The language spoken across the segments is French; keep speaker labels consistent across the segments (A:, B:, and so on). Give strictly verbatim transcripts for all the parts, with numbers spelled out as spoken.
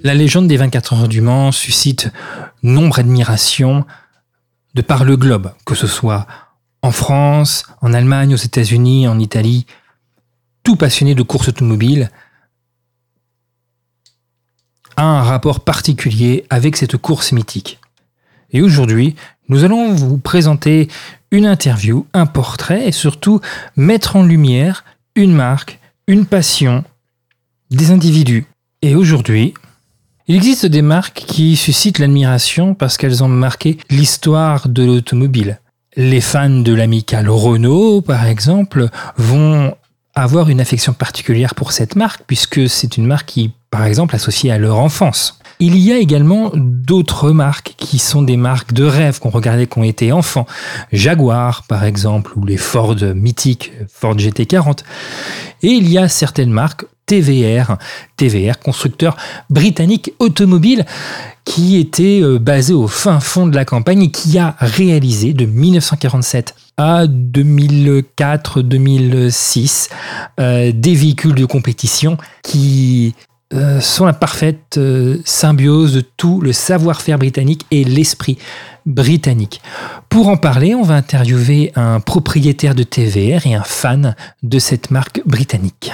A: La légende des vingt-quatre heures du Mans suscite nombre d'admiration de par le globe, que ce soit en France, en Allemagne, aux États-Unis, en Italie. Tout passionné de course automobile a un rapport particulier avec cette course mythique. Et aujourd'hui, nous allons vous présenter une interview, un portrait et surtout mettre en lumière une marque, une passion, des individus. Et aujourd'hui, il existe des marques qui suscitent l'admiration parce qu'elles ont marqué l'histoire de l'automobile. Les fans de l'amicale Renault, par exemple, vont avoir une affection particulière pour cette marque puisque c'est une marque qui, par exemple, est associée à leur enfance. Il y a également d'autres marques qui sont des marques de rêve qu'on regardait quand on était enfant. Jaguar, par exemple, ou les Ford mythiques, Ford G T quarante. Et il y a certaines marques, T V R, T V R, constructeur britannique automobile, qui était basé au fin fond de la campagne et qui a réalisé de dix-neuf cent quarante-sept à deux mille quatre deux mille six euh, des véhicules de compétition qui euh, sont la parfaite euh, symbiose de tout le savoir-faire britannique et l'esprit britannique. Pour en parler, on va interviewer un propriétaire de T V R et un fan de cette marque britannique.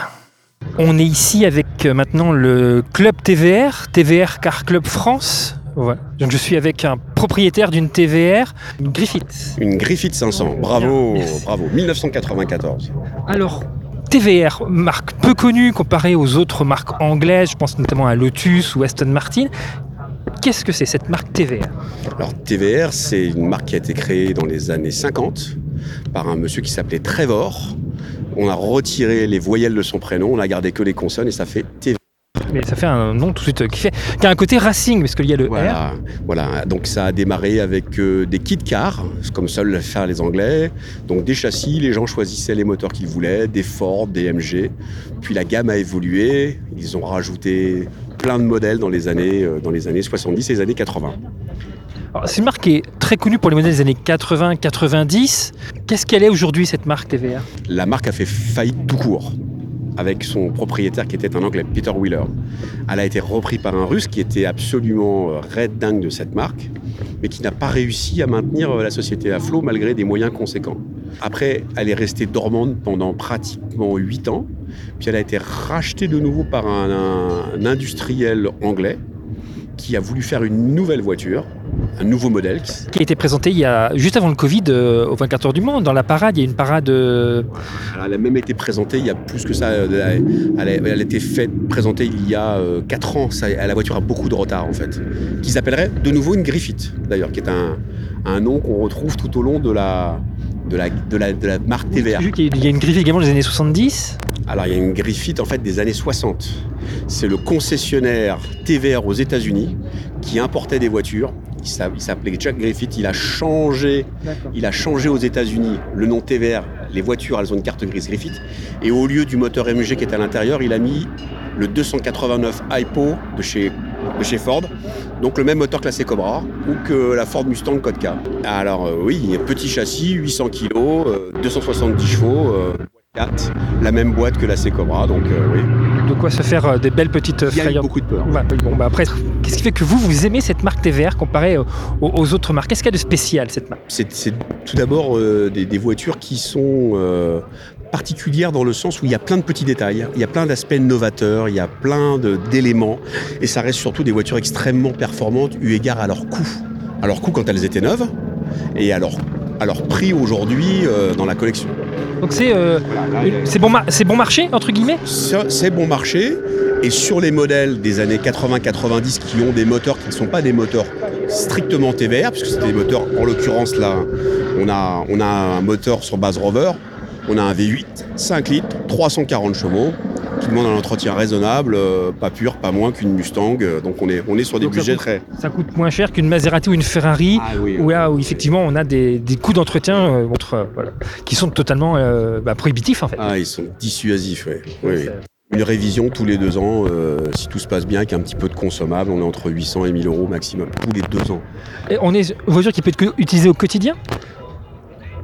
A: On est ici avec maintenant le club T V R, T V R Car Club France. Voilà. Donc je suis avec un propriétaire d'une T V R, une Griffith.
B: Une Griffith cinq cents, bravo, bravo, dix-neuf cent quatre-vingt-quatorze.
A: Alors, T V R, marque peu connue comparée aux autres marques anglaises, je pense notamment à Lotus ou Aston Martin. Qu'est-ce que c'est cette marque T V R ?
B: Alors T V R, c'est une marque qui a été créée dans les années cinquante par un monsieur qui s'appelait Trevor. On a retiré les voyelles de son prénom, on a gardé que les consonnes et ça fait T V R.
A: Mais ça fait un nom tout de suite qui, fait, qui a un côté racing, parce qu'il y a le
B: voilà,
A: R.
B: Voilà, donc ça a démarré avec euh, des kit cars, comme seuls le faire les Anglais. Donc des châssis, les gens choisissaient les moteurs qu'ils voulaient, des Ford, des M G. Puis la gamme a évolué, ils ont rajouté plein de modèles dans les années, euh, dans les années soixante-dix et les années quatre-vingts.
A: Alors, c'est une marque qui est très connue pour les modèles des années quatre-vingts quatre-vingt-dix. Qu'est-ce qu'elle est aujourd'hui, cette marque T V R ?
B: La marque a fait faillite tout court, avec son propriétaire qui était un Anglais, Peter Wheeler. Elle a été reprise par un Russe qui était absolument red dingue de cette marque, mais qui n'a pas réussi à maintenir la société à flot malgré des moyens conséquents. Après, elle est restée dormante pendant pratiquement huit ans, puis elle a été rachetée de nouveau par un, un, un industriel anglais qui a voulu faire une nouvelle voiture, un nouveau modèle.
A: Qui a été présenté il y a, juste avant le Covid, euh, au vingt-quatre heures du Mans. Dans la parade, il y a une parade... Euh...
B: Elle a même été présentée il y a plus que ça. Elle a, elle a été faite, présentée il y a euh, quatre ans. Ça, la voiture a beaucoup de retard, en fait. Qui s'appellerait de nouveau une Griffith, d'ailleurs, qui est un, un nom qu'on retrouve tout au long de la, de la, de la, de la marque T V R.
A: J'ai vu qu'il y a une Griffith également des années soixante-dix.
B: Alors, il y a une Griffith, en fait, des années soixante. C'est le concessionnaire T V R aux États-Unis qui importait des voitures. Il s'appelait Jack Griffith. Il a changé, il a changé aux États-Unis le nom T V R. Les voitures, elles ont une carte grise Griffith. Et au lieu du moteur M G qui était à l'intérieur, il a mis le deux cent quatre-vingt-neuf Hypo de chez, de chez Ford. Donc le même moteur que la C-Cobra ou que la Ford Mustang Code K. Alors euh, oui, petit châssis, huit cents kilos, euh, deux cent soixante-dix chevaux. Euh, quatre, la même boîte que la C-Cobra, donc euh, oui.
A: De quoi se faire euh, des belles petites frayeurs.
B: Il y a eu beaucoup de peur.
A: Ouais, bon, bah après, qu'est-ce qui fait que vous, vous aimez cette marque T V R comparée aux, aux autres marques ? Qu'est-ce qu'il y a de spécial, cette marque ?
B: c'est, c'est tout d'abord euh, des, des voitures qui sont euh, particulières dans le sens où il y a plein de petits détails, il y a plein d'aspects novateurs, il y a plein de, d'éléments, et ça reste surtout des voitures extrêmement performantes eu égard à leur coût. À leur coût quand elles étaient neuves, et à leur, à leur prix aujourd'hui euh, dans la collection.
A: Donc c'est, euh, c'est, bon mar- c'est bon marché, entre guillemets ?
B: Ça, c'est bon marché. Et sur les modèles des années quatre-vingts quatre-vingt-dix qui ont des moteurs qui ne sont pas des moteurs strictement T V R, puisque c'est des moteurs, en l'occurrence là, on a, on a un moteur sur base Rover, on a un V huit, cinq litres, trois cent quarante chevaux, qui demande un entretien raisonnable, euh, pas pur, pas moins qu'une Mustang, euh, donc on est, on est sur des donc budgets
A: ça coûte,
B: très...
A: Ça coûte moins cher qu'une Maserati ou une Ferrari,
B: ah, oui,
A: où, là, où effectivement on a des, des coûts d'entretien euh, entre, euh, voilà, qui sont totalement euh, bah, prohibitifs en fait.
B: Ah, ils sont dissuasifs, ouais. oui. oui. Une révision tous les deux ans, euh, si tout se passe bien, avec un petit peu de consommable, on est entre huit cents et mille euros maximum, tous les deux ans.
A: Et on est une voiture qui peut être utilisée au quotidien ?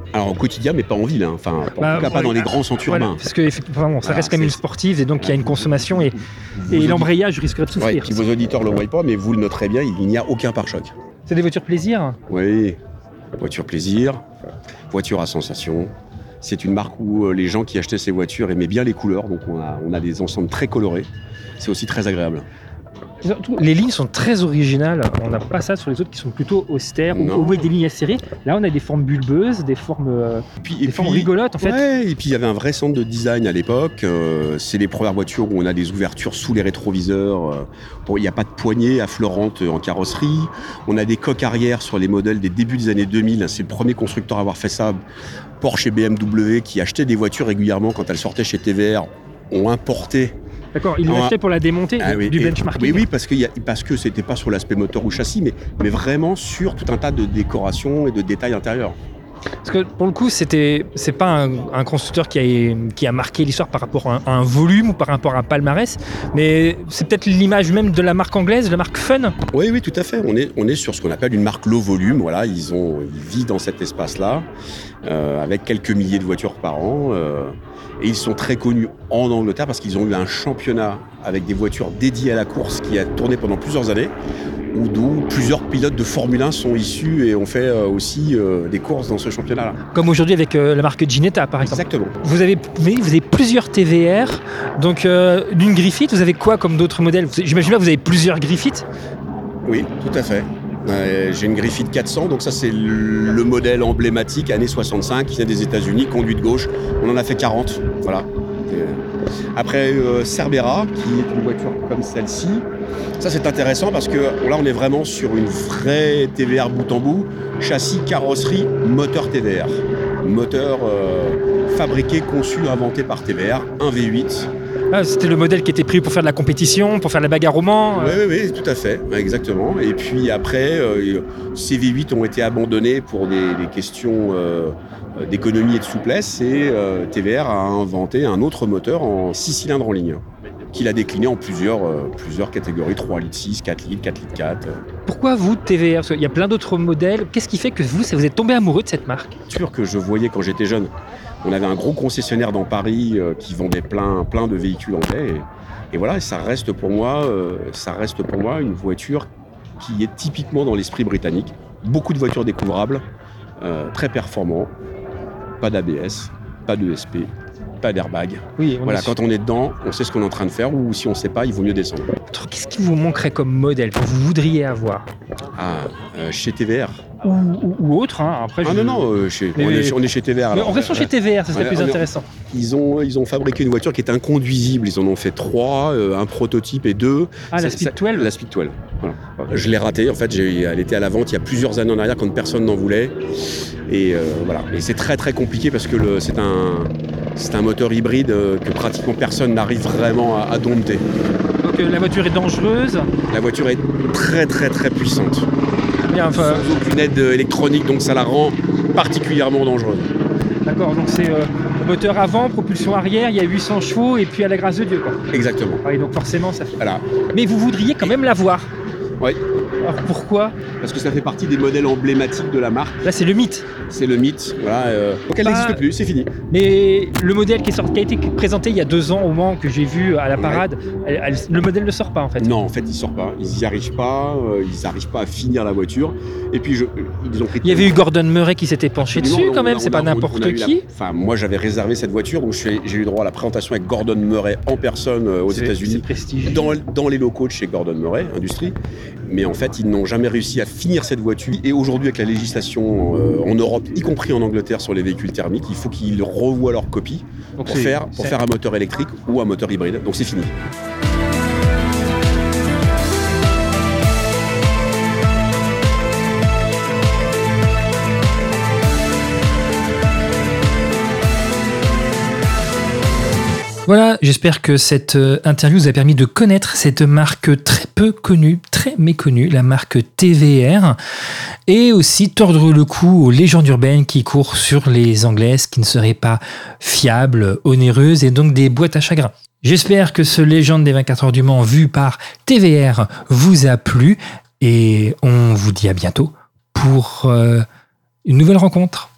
B: Alors au quotidien, mais pas en ville, hein. Enfin, en bah, tout cas pas ouais, dans les grands centres voilà, urbains.
A: Parce que effectivement, bon, ça voilà, reste quand même une sportive et donc il y a une consommation et, et l'embrayage risquerait de souffrir.
B: Ouais, vos auditeurs ne le voient pas, mais vous le noterez bien, il n'y a aucun pare-choc.
A: C'est des voitures plaisir ?
B: Oui, voiture plaisir, voiture à sensation. C'est une marque où les gens qui achetaient ces voitures aimaient bien les couleurs, donc on a, on a des ensembles très colorés. C'est aussi très agréable.
A: Les lignes sont très originales, on n'a pas ça sur les autres qui sont plutôt austères non. ou, ou avec des lignes acérées. Là on a des formes bulbeuses, des formes, euh,
B: et puis,
A: des
B: et
A: formes
B: puis,
A: rigolotes en fait.
B: Ouais, et puis il y avait un vrai centre de design à l'époque, euh, c'est les premières voitures où on a des ouvertures sous les rétroviseurs, euh, bon, il n'y a pas de poignée affleurante en carrosserie, on a des coques arrière sur les modèles des débuts des années deux mille, c'est le premier constructeur à avoir fait ça, Porsche et B M W qui achetaient des voitures régulièrement quand elles sortaient chez T V R, ont importé.
A: D'accord, il l'achetait pour la démonter ah, oui, du benchmarking.
B: Oui, oui, parce que, y a, parce que c'était pas sur l'aspect moteur ou châssis, mais, mais vraiment sur tout un tas de décorations et de détails intérieurs.
A: Parce que pour le coup, c'était, c'est pas un, un constructeur qui a, qui a marqué l'histoire par rapport à un, à un volume ou par rapport à un palmarès, mais c'est peut-être l'image même de la marque anglaise, de la marque Fun.
B: Oui, oui, tout à fait. On est, on est sur ce qu'on appelle une marque low volume. Voilà, ils, ont, ils vivent dans cet espace-là, euh, avec quelques milliers de voitures par an. Euh, et ils sont très connus en Angleterre parce qu'ils ont eu un championnat avec des voitures dédiées à la course qui a tourné pendant plusieurs années, d'où plusieurs pilotes de Formule un sont issus et ont fait euh, aussi euh, des courses dans ce championnat-là.
A: Comme aujourd'hui avec euh, la marque Ginetta, par exemple.
B: Exactement.
A: Vous avez, vous avez plusieurs T V R, donc euh, d'une Griffith, vous avez quoi comme d'autres modèles ? J'imagine là, vous avez plusieurs Griffith ?
B: Oui, tout à fait. Euh, j'ai une Griffith quatre cents, donc ça c'est le, le modèle emblématique, années soixante-cinq, qui vient des États-Unis, conduite gauche. On en a fait quarante, voilà. Et, après euh, Cerbera, qui est une voiture comme celle-ci. Ça c'est intéressant parce que là on est vraiment sur une vraie T V R bout en bout, châssis, carrosserie, moteur T V R. Moteur euh, fabriqué, conçu, inventé par T V R, un V huit.
A: Ah, c'était le modèle qui était pris pour faire de la compétition, pour faire de la bagarre au Mans.
B: Oui, oui, oui, tout à fait, exactement. Et puis après, euh, ces V huit ont été abandonnés pour des, des questions euh, d'économie et de souplesse, et euh, T V R a inventé un autre moteur en six cylindres en ligne, qu'il a décliné en plusieurs, euh, plusieurs catégories, trois litres six, quatre litres, quatre litres quatre.
A: Pourquoi vous, T V R ? Parce qu'il y a plein d'autres modèles. Qu'est-ce qui fait que vous, ça vous êtes tombé amoureux de cette marque ?
B: C'est sûr que je voyais quand j'étais jeune. On avait un gros concessionnaire dans Paris euh, qui vendait plein, plein de véhicules anglais. Et, et voilà, ça reste pour moi, euh, ça reste pour moi une voiture qui est typiquement dans l'esprit britannique. Beaucoup de voitures découvrables, euh, très performants, pas d'A B S, pas de E S P, pas d'airbag.
A: Oui,
B: voilà, quand on est dedans, on sait ce qu'on est en train de faire, ou si on ne sait pas, il vaut mieux descendre.
A: Qu'est-ce qui vous manquerait comme modèle que vous voudriez avoir ?
B: Ah, euh, chez T V R.
A: Ou, ou, ou autre, hein. Après,
B: ah
A: je...
B: non, non, euh, chez, on, est, on est chez T V R.
A: Alors, on reste chez T V R, ça serait ouais, plus intéressant.
B: Ils ont, ils ont fabriqué une voiture qui est inconduisible. Ils en ont fait trois, euh, un prototype et deux.
A: Ah, ça, la Speed douze ?
B: La Speed douze. Voilà. Je l'ai ratée. En fait, j'ai, elle était à la vente il y a plusieurs années en arrière quand personne n'en voulait. Et euh, voilà. Et c'est très très compliqué parce que le, c'est, un, c'est un moteur hybride euh, que pratiquement personne n'arrive vraiment à, à dompter.
A: Donc euh, la voiture est dangereuse ?
B: La voiture est très très très puissante.
A: Bien, enfin...
B: Sans aucune aide électronique, donc ça la rend particulièrement dangereuse.
A: D'accord, donc c'est euh, moteur avant, propulsion arrière, il y a huit cents chevaux et puis à la grâce de Dieu, quoi.
B: Exactement.
A: Ah, et donc forcément ça fait...
B: Voilà.
A: Mais vous voudriez quand même l'avoir ?
B: Oui.
A: Alors pourquoi ?
B: Parce que ça fait partie des modèles emblématiques de la marque.
A: Là c'est le mythe.
B: C'est le mythe, voilà. Euh... Donc elle bah, n'existe plus, c'est fini.
A: Mais le modèle qui, est sorti, qui a été présenté il y a deux ans au Mans, que j'ai vu à la parade, ouais. elle, elle, le modèle ne sort pas en fait.
B: Non, en fait il sort pas. Ils n'y arrivent pas, euh, ils n'arrivent pas à finir la voiture. Et puis je, ils ont pris.
A: Il y avait eu Gordon Murray qui s'était penché Absolument, dessus quand même, on, c'est on pas a, n'importe qui.
B: La... Enfin moi j'avais réservé cette voiture, donc je suis, j'ai eu droit à la présentation avec Gordon Murray en personne euh, aux
A: c'est,
B: États-Unis.
A: C'est prestigieux.
B: Dans, dans les locaux de chez Gordon Murray Industries. Mais en fait, ils n'ont jamais réussi à finir cette voiture. Et aujourd'hui, avec la législation euh, en Europe, y compris en Angleterre sur les véhicules thermiques, il faut qu'ils revoient leur copie Donc pour, faire, pour faire un moteur électrique ou un moteur hybride. Donc c'est fini.
A: Voilà, j'espère que cette interview vous a permis de connaître cette marque très peu connue, très méconnue, la marque T V R, et aussi tordre le cou aux légendes urbaines qui courent sur les anglaises, qui ne seraient pas fiables, onéreuses et donc des boîtes à chagrin. J'espère que ce Légende des vingt-quatre heures du Mans vu par T V R vous a plu et on vous dit à bientôt pour euh, une nouvelle rencontre.